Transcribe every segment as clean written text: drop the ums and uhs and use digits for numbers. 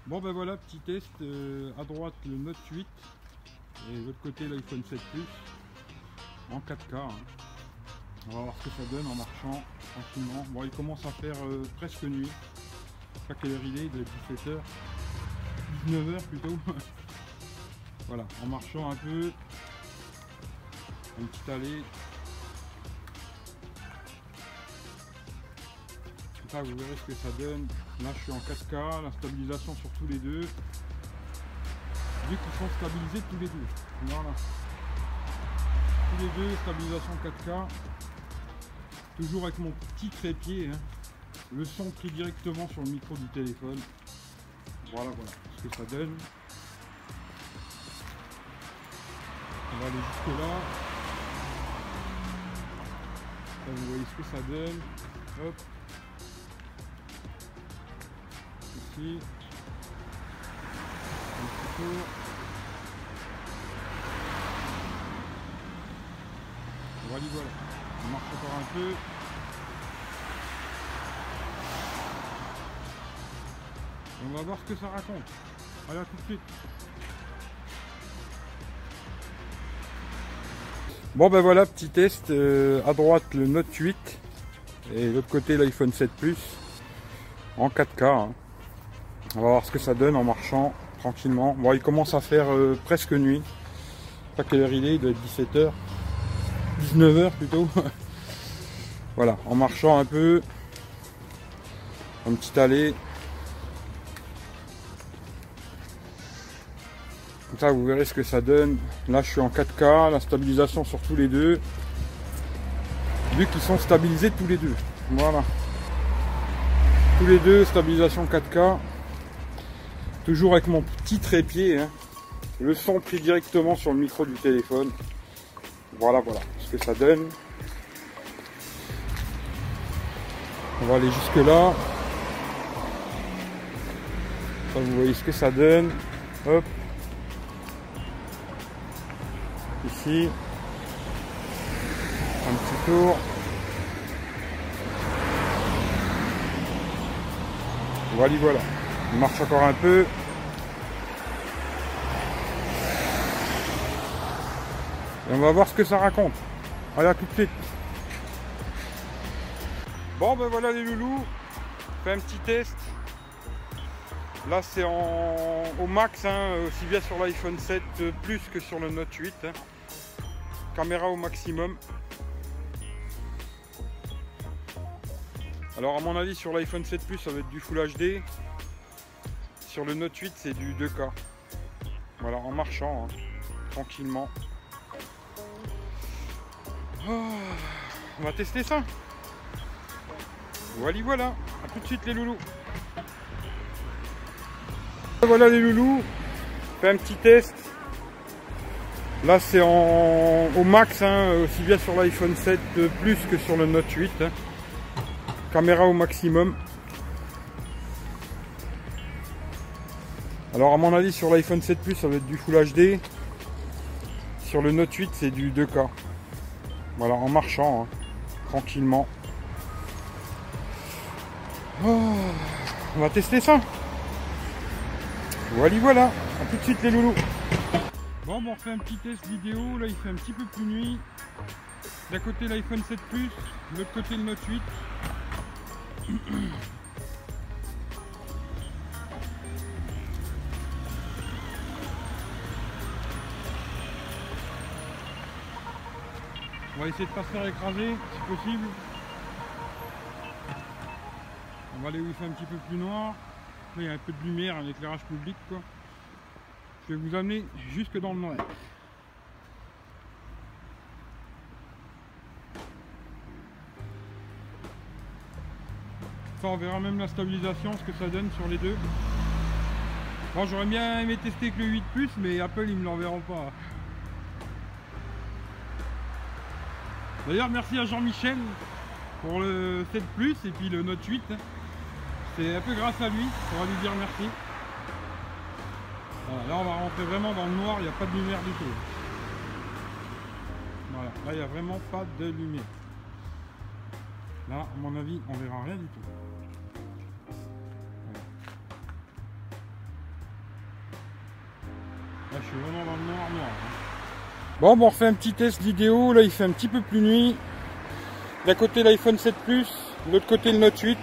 Bon ben voilà, petit test, à droite le Note 8 et de l'autre côté l'iPhone 7 Plus en 4K. Hein. On va voir ce que ça donne en marchant tranquillement. Bon, il commence à faire presque nuit. Je sais pas quelle heure il est, il doit être 17h, 19h plutôt. Voilà, en marchant un peu, une petite allée. Comme ça vous verrez ce que ça donne. Là je suis en 4K, la stabilisation sur tous les deux. Vu qu'ils sont stabilisés tous les deux. Voilà. Tous les deux, stabilisation 4K. Toujours avec mon petit trépied. Hein. Le son pris directement sur le micro du téléphone. Voilà, voilà ce que ça donne. On va aller jusque là. Là vous voyez ce que ça donne. Hop. Ici. Un petit tour. Voilà, voilà. On marche encore un peu. Et on va voir ce que ça raconte. Allez, à tout de suite. Bon ben voilà, petit test, à droite le Note 8 et de l'autre côté l'iPhone 7 Plus en 4K. Hein. On va voir ce que ça donne en marchant tranquillement. Bon, il commence à faire presque nuit. Je sais pas quelle heure il est, il doit être 17h, 19h plutôt. Voilà, en marchant un peu, une petite allée. Comme ça vous verrez ce que ça donne. Là je suis en 4K, la stabilisation sur tous les deux. Vu qu'ils sont stabilisés tous les deux. Voilà. Tous les deux, stabilisation 4K. Toujours avec mon petit trépied. Hein. Le son pris directement sur le micro du téléphone. Voilà, voilà ce que ça donne. On va aller jusque là. Ça, vous voyez ce que ça donne. Hop. Ici. Un petit tour. Voilà, voilà. Il marche encore un peu. Et on va voir ce que ça raconte. Allez, à tout de suite. Bon ben voilà les loulous. Fait un petit test. Là c'est au max, hein, aussi bien sur l'iPhone 7 Plus que sur le Note 8. Hein. Caméra au maximum. Alors à mon avis sur l'iPhone 7 Plus ça va être du Full HD. Sur le Note 8 c'est du 2K. Voilà, en marchant, hein, tranquillement. Oh, on va tester ça. Voilà, voilà. A tout de suite les loulous. Voilà les loulous. Fait un petit test. Là c'est au max, hein, aussi bien sur l'iPhone 7 Plus que sur le Note 8. Hein. Caméra au maximum. Alors à mon avis sur l'iPhone 7 Plus ça va être du Full HD. Sur le Note 8 c'est du 2K. Voilà, en marchant, hein, tranquillement. Oh, on va tester ça. Voilà, voilà. A tout de suite les loulous. Bon, on refait un petit test vidéo. Là il fait un petit peu plus nuit. D'un côté l'iPhone 7 Plus, de l'autre côté le Note 8. On va essayer de ne pas se faire écraser si possible. On va aller où il fait un petit peu plus noir. Là il y a un peu de lumière, un éclairage public quoi. Je vais vous amener jusque dans le noir. Ça on verra même la stabilisation, ce que ça donne sur les deux. Bon, j'aurais bien aimé tester que le 8 Plus, mais Apple ils me l'enverront pas. D'ailleurs merci à Jean-Michel pour le 7 Plus et puis le Note 8. C'est un peu grâce à lui, on va lui dire merci. Voilà, là on va rentrer vraiment dans le noir, il n'y a pas de lumière du tout. Voilà, là il n'y a vraiment pas de lumière. Là à mon avis on verra rien du tout. Voilà. Je suis vraiment dans le noir, noir. Bon, on refait un petit test vidéo. Là, il fait un petit peu plus nuit. D'un côté, l'iPhone 7 Plus, de l'autre côté, le Note 8.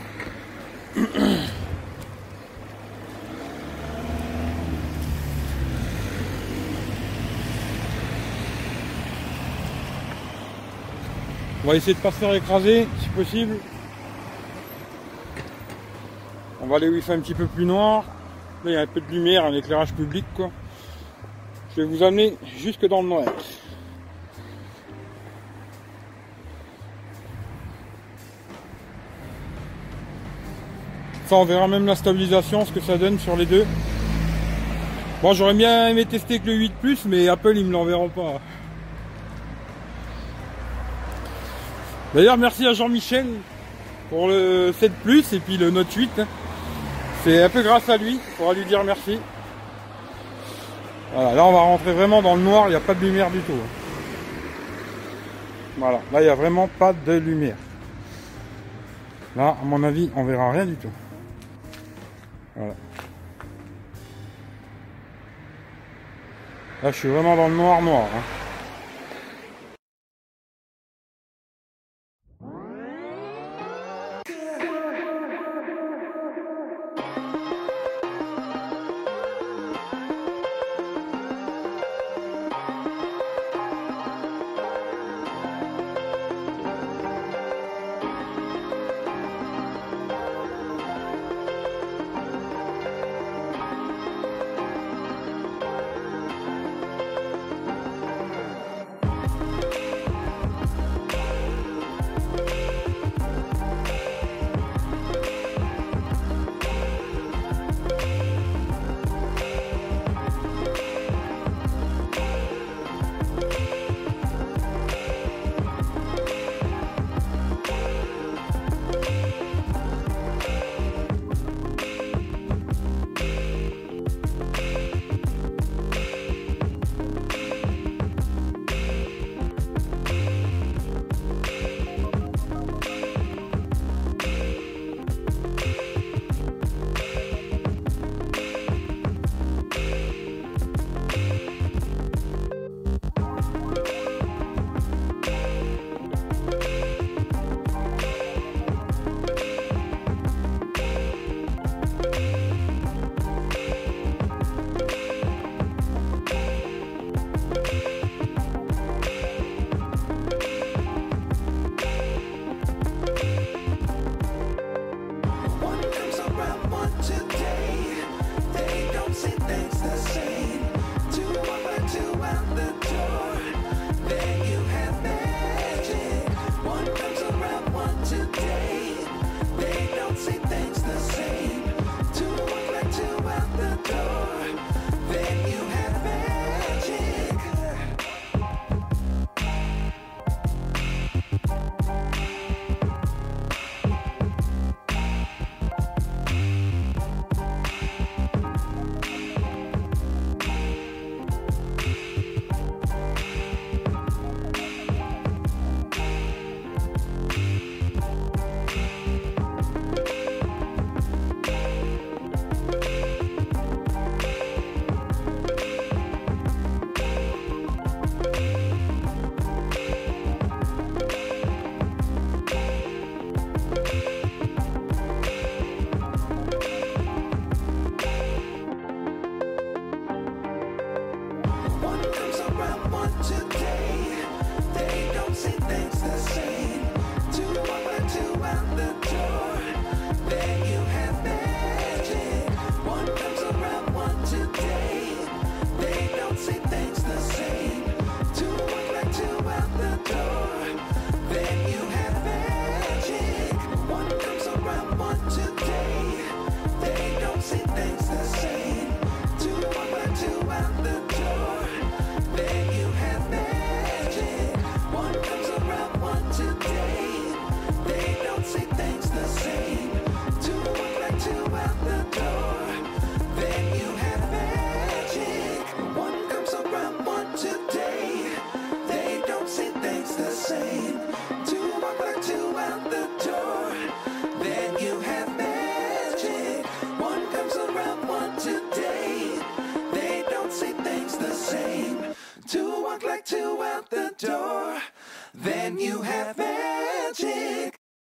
On va essayer de ne pas se faire écraser, si possible. On va aller où il fait un petit peu plus noir. Là, il y a un peu de lumière, un éclairage public, quoi. Je vais vous amener jusque dans le noir. Ça, on verra même la stabilisation, ce que ça donne sur les deux. Bon, j'aurais bien aimé tester que le 8 Plus, mais Apple, ils me l'enverront pas. D'ailleurs, merci à Jean-Michel pour le 7 Plus et puis le Note 8. C'est un peu grâce à lui, il faudra lui dire merci. Voilà, là on va rentrer vraiment dans le noir, il n'y a pas de lumière du tout. Voilà, là il n'y a vraiment pas de lumière. Là, à mon avis, on verra rien du tout. Voilà. Là je suis vraiment dans le noir noir. Hein. Say thank you have magic.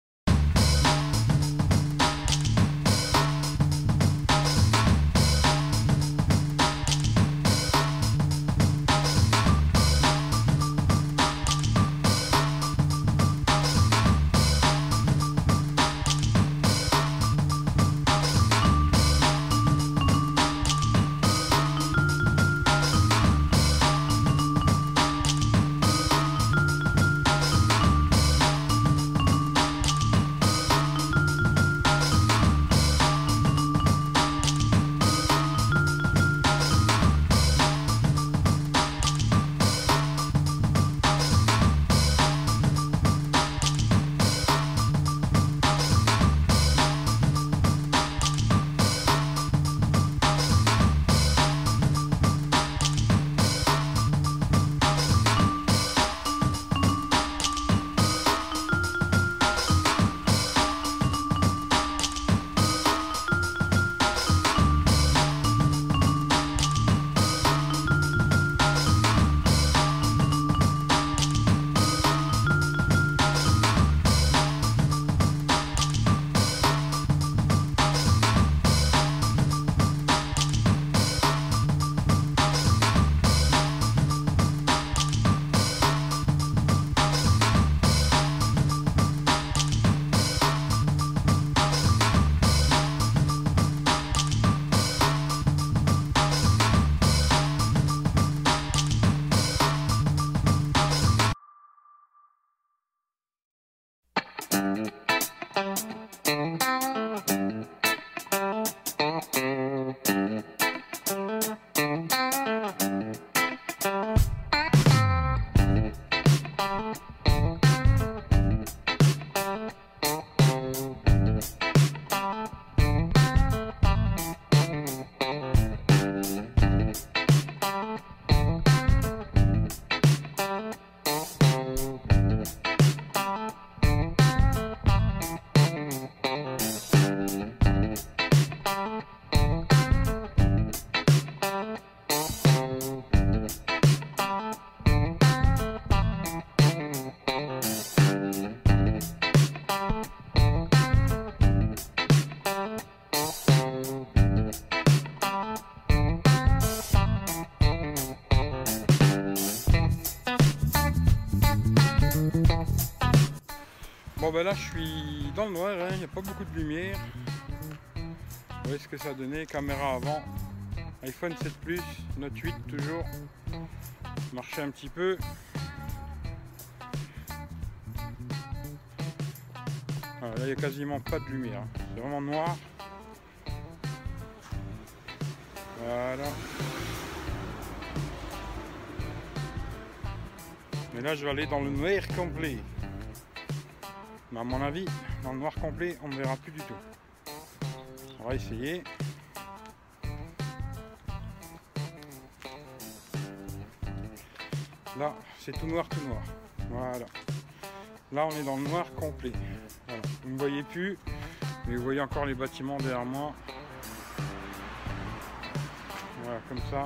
Bon ben là je suis dans le noir, il n'y a pas beaucoup de lumière. Vous voyez ce que ça a donné, caméra avant, iPhone 7 Plus, Note 8 toujours, marcher un petit peu. Voilà, là il n'y a quasiment pas de lumière, c'est vraiment noir. Voilà. Mais là je vais aller dans le noir complet. Mais à mon avis, dans le noir complet, on ne verra plus du tout. On va essayer. Là, c'est tout noir, tout noir. Voilà. Là, on est dans le noir complet. Voilà. Vous ne me voyez plus, mais vous voyez encore les bâtiments derrière moi. Voilà, comme ça.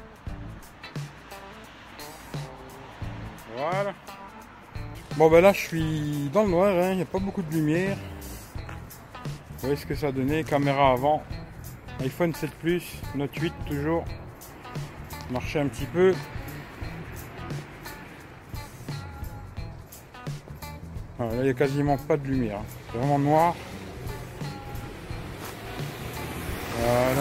Voilà. Bon ben là je suis dans le noir, il n'y a pas beaucoup de lumière. Vous voyez ce que ça a donné, caméra avant, iPhone 7 Plus, Note 8 toujours, marcher un petit peu. Voilà, là il n'y a quasiment pas de lumière, c'est vraiment noir. Voilà.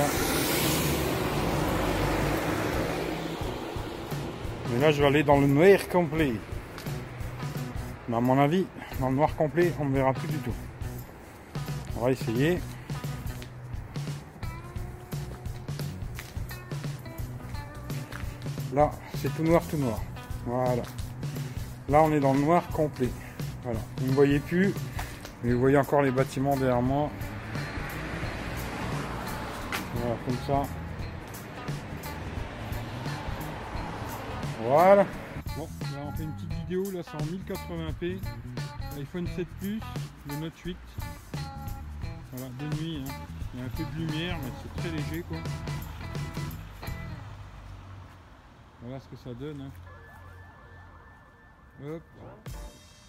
Mais là je vais aller dans le noir complet. Mais à mon avis, dans le noir complet, on ne verra plus du tout. On va essayer. Là, c'est tout noir, tout noir. Voilà. Là, on est dans le noir complet. Voilà. Vous ne me voyez plus, mais vous voyez encore les bâtiments derrière moi. Voilà, comme ça. Voilà. Bon, là on fait une petite vidéo, là c'est en 1080p, iPhone 7 Plus, le Note 8. Voilà, de nuit, hein. Il y a un peu de lumière, mais c'est très léger quoi. Voilà ce que ça donne. Hein. Hop.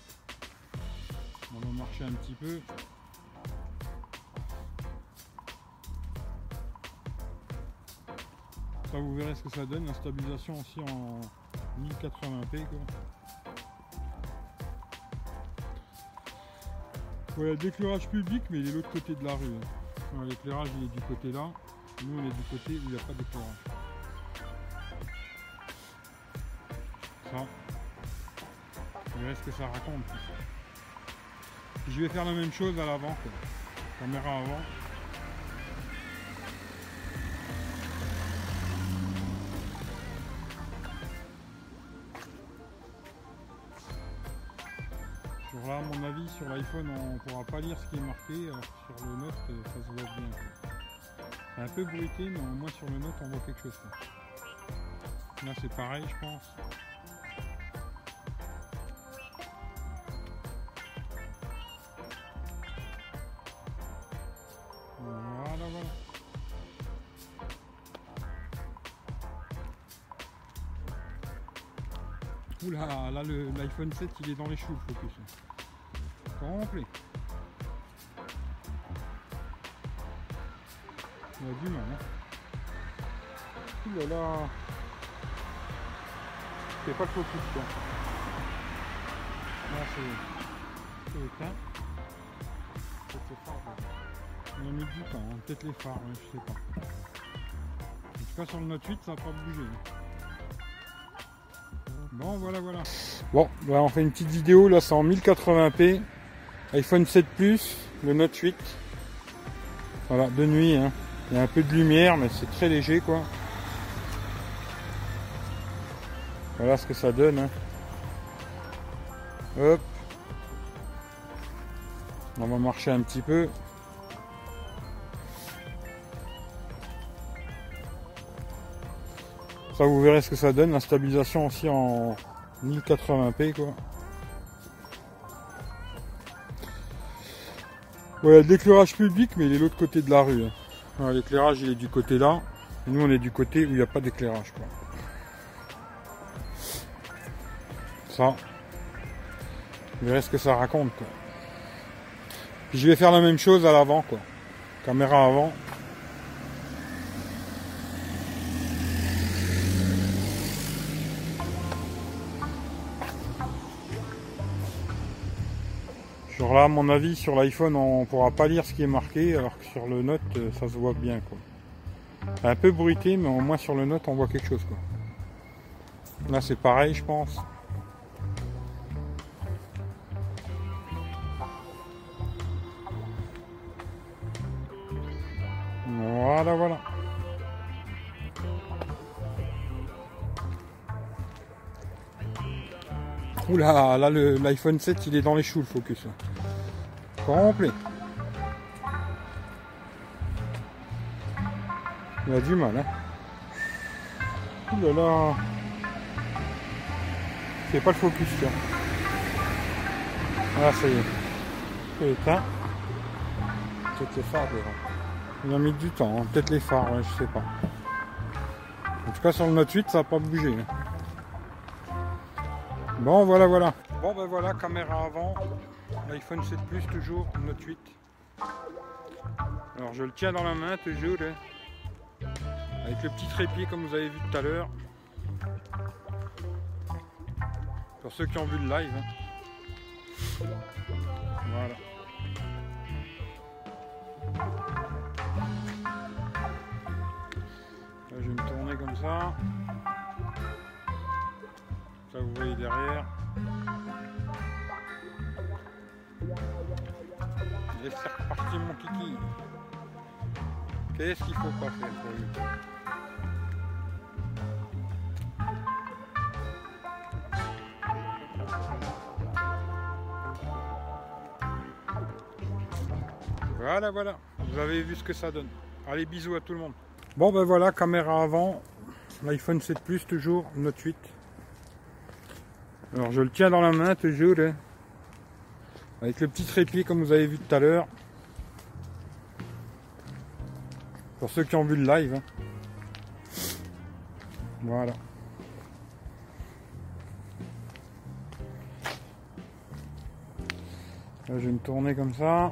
On va marcher un petit peu. Ça, vous verrez ce que ça donne. La stabilisation aussi en 1080p quoi. Voilà, l'éclairage public, mais il est de l'autre côté de la rue. L'éclairage il est du côté là. Nous on est du côté où il n'y a pas d'éclairage. Ça. Vous verrez ce que ça raconte. Puis je vais faire la même chose à l'avant quoi. Caméra avant. Sur là, à mon avis, sur l'iPhone, on ne pourra pas lire ce qui est marqué, alors que sur le Note, ça se voit bien. C'est un peu bruité, mais au moins sur le Note, on voit quelque chose. Quoi. Là, c'est pareil, je pense. Voilà, voilà. Oula, là, l'iPhone 7, il est dans les choux, le focus. Complet. Il a du mal, hein. Ouh là là. C'est pas le focus, quoi. Là, c'est éteint. Peut-être les phares. On a mis du temps, hein. Peut-être les phares, hein, je sais pas. En tout cas, sur le Note 8, ça va pas bouger. Bon, voilà, voilà. Bon, bah, on fait une petite vidéo, là, c'est en 1080p. iPhone 7 Plus, le Note 8. Voilà, de nuit, hein. Il y a un peu de lumière, mais c'est très léger, quoi. Voilà ce que ça donne, hein. Hop. On va marcher un petit peu. Ça, vous verrez ce que ça donne. La stabilisation aussi en 1080p, quoi. Voilà, l'éclairage public, mais il est de l'autre côté de la rue. Hein. Voilà, l'éclairage, il est du côté là. Et nous, on est du côté où il n'y a pas d'éclairage, quoi. Ça. Vous verrez ce que ça raconte, quoi. Puis je vais faire la même chose à l'avant, quoi. Caméra avant. Sur là, à mon avis, sur l'iPhone, on pourra pas lire ce qui est marqué, alors que sur le Note, ça se voit bien, quoi. Un peu bruité, mais au moins sur le Note, on voit quelque chose, quoi. Là, c'est pareil, je pense. Voilà, voilà. Oula, là, l'iPhone 7, il est dans les choux, le focus. Complet. Il a du mal, hein. Ouh là là. C'est pas le focus, tiens. Ah, ça y est. C'est éteint. Peut-être les phares devant. Il a mis du temps, hein. Peut-être les phares, ouais, je sais pas. En tout cas, sur le Note 8, ça n'a pas bougé. Hein. Bon, voilà, voilà. Bon, ben voilà, caméra avant. L'iPhone 7 Plus, toujours, Note 8. Alors, je le tiens dans la main, toujours. Hein. Avec le petit trépied, comme vous avez vu tout à l'heure. Pour ceux qui ont vu le live. Hein. Voilà. Là, je vais me tourner comme ça. Ça, vous voyez derrière. Et c'est reparti, mon kiki. Qu'est-ce qu'il faut pas faire pour lui? Voilà, voilà. Vous avez vu ce que ça donne. Allez, bisous à tout le monde. Bon, ben voilà, caméra avant. L'iPhone 7 Plus, toujours, Note 8. Alors, je le tiens dans la main, toujours. Hein. Avec le petit trépied, comme vous avez vu tout à l'heure. Pour ceux qui ont vu le live. Hein. Voilà. Là, je vais me tourner comme ça.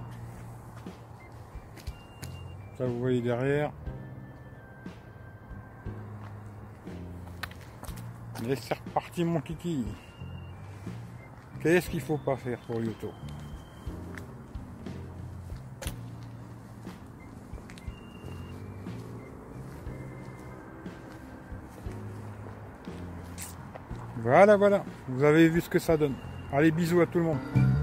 Ça, vous voyez derrière. Et c'est reparti, mon kiki. Qu'est-ce qu'il faut pas faire pour l'auto? Voilà, voilà. Vous avez vu ce que ça donne. Allez, bisous à tout le monde.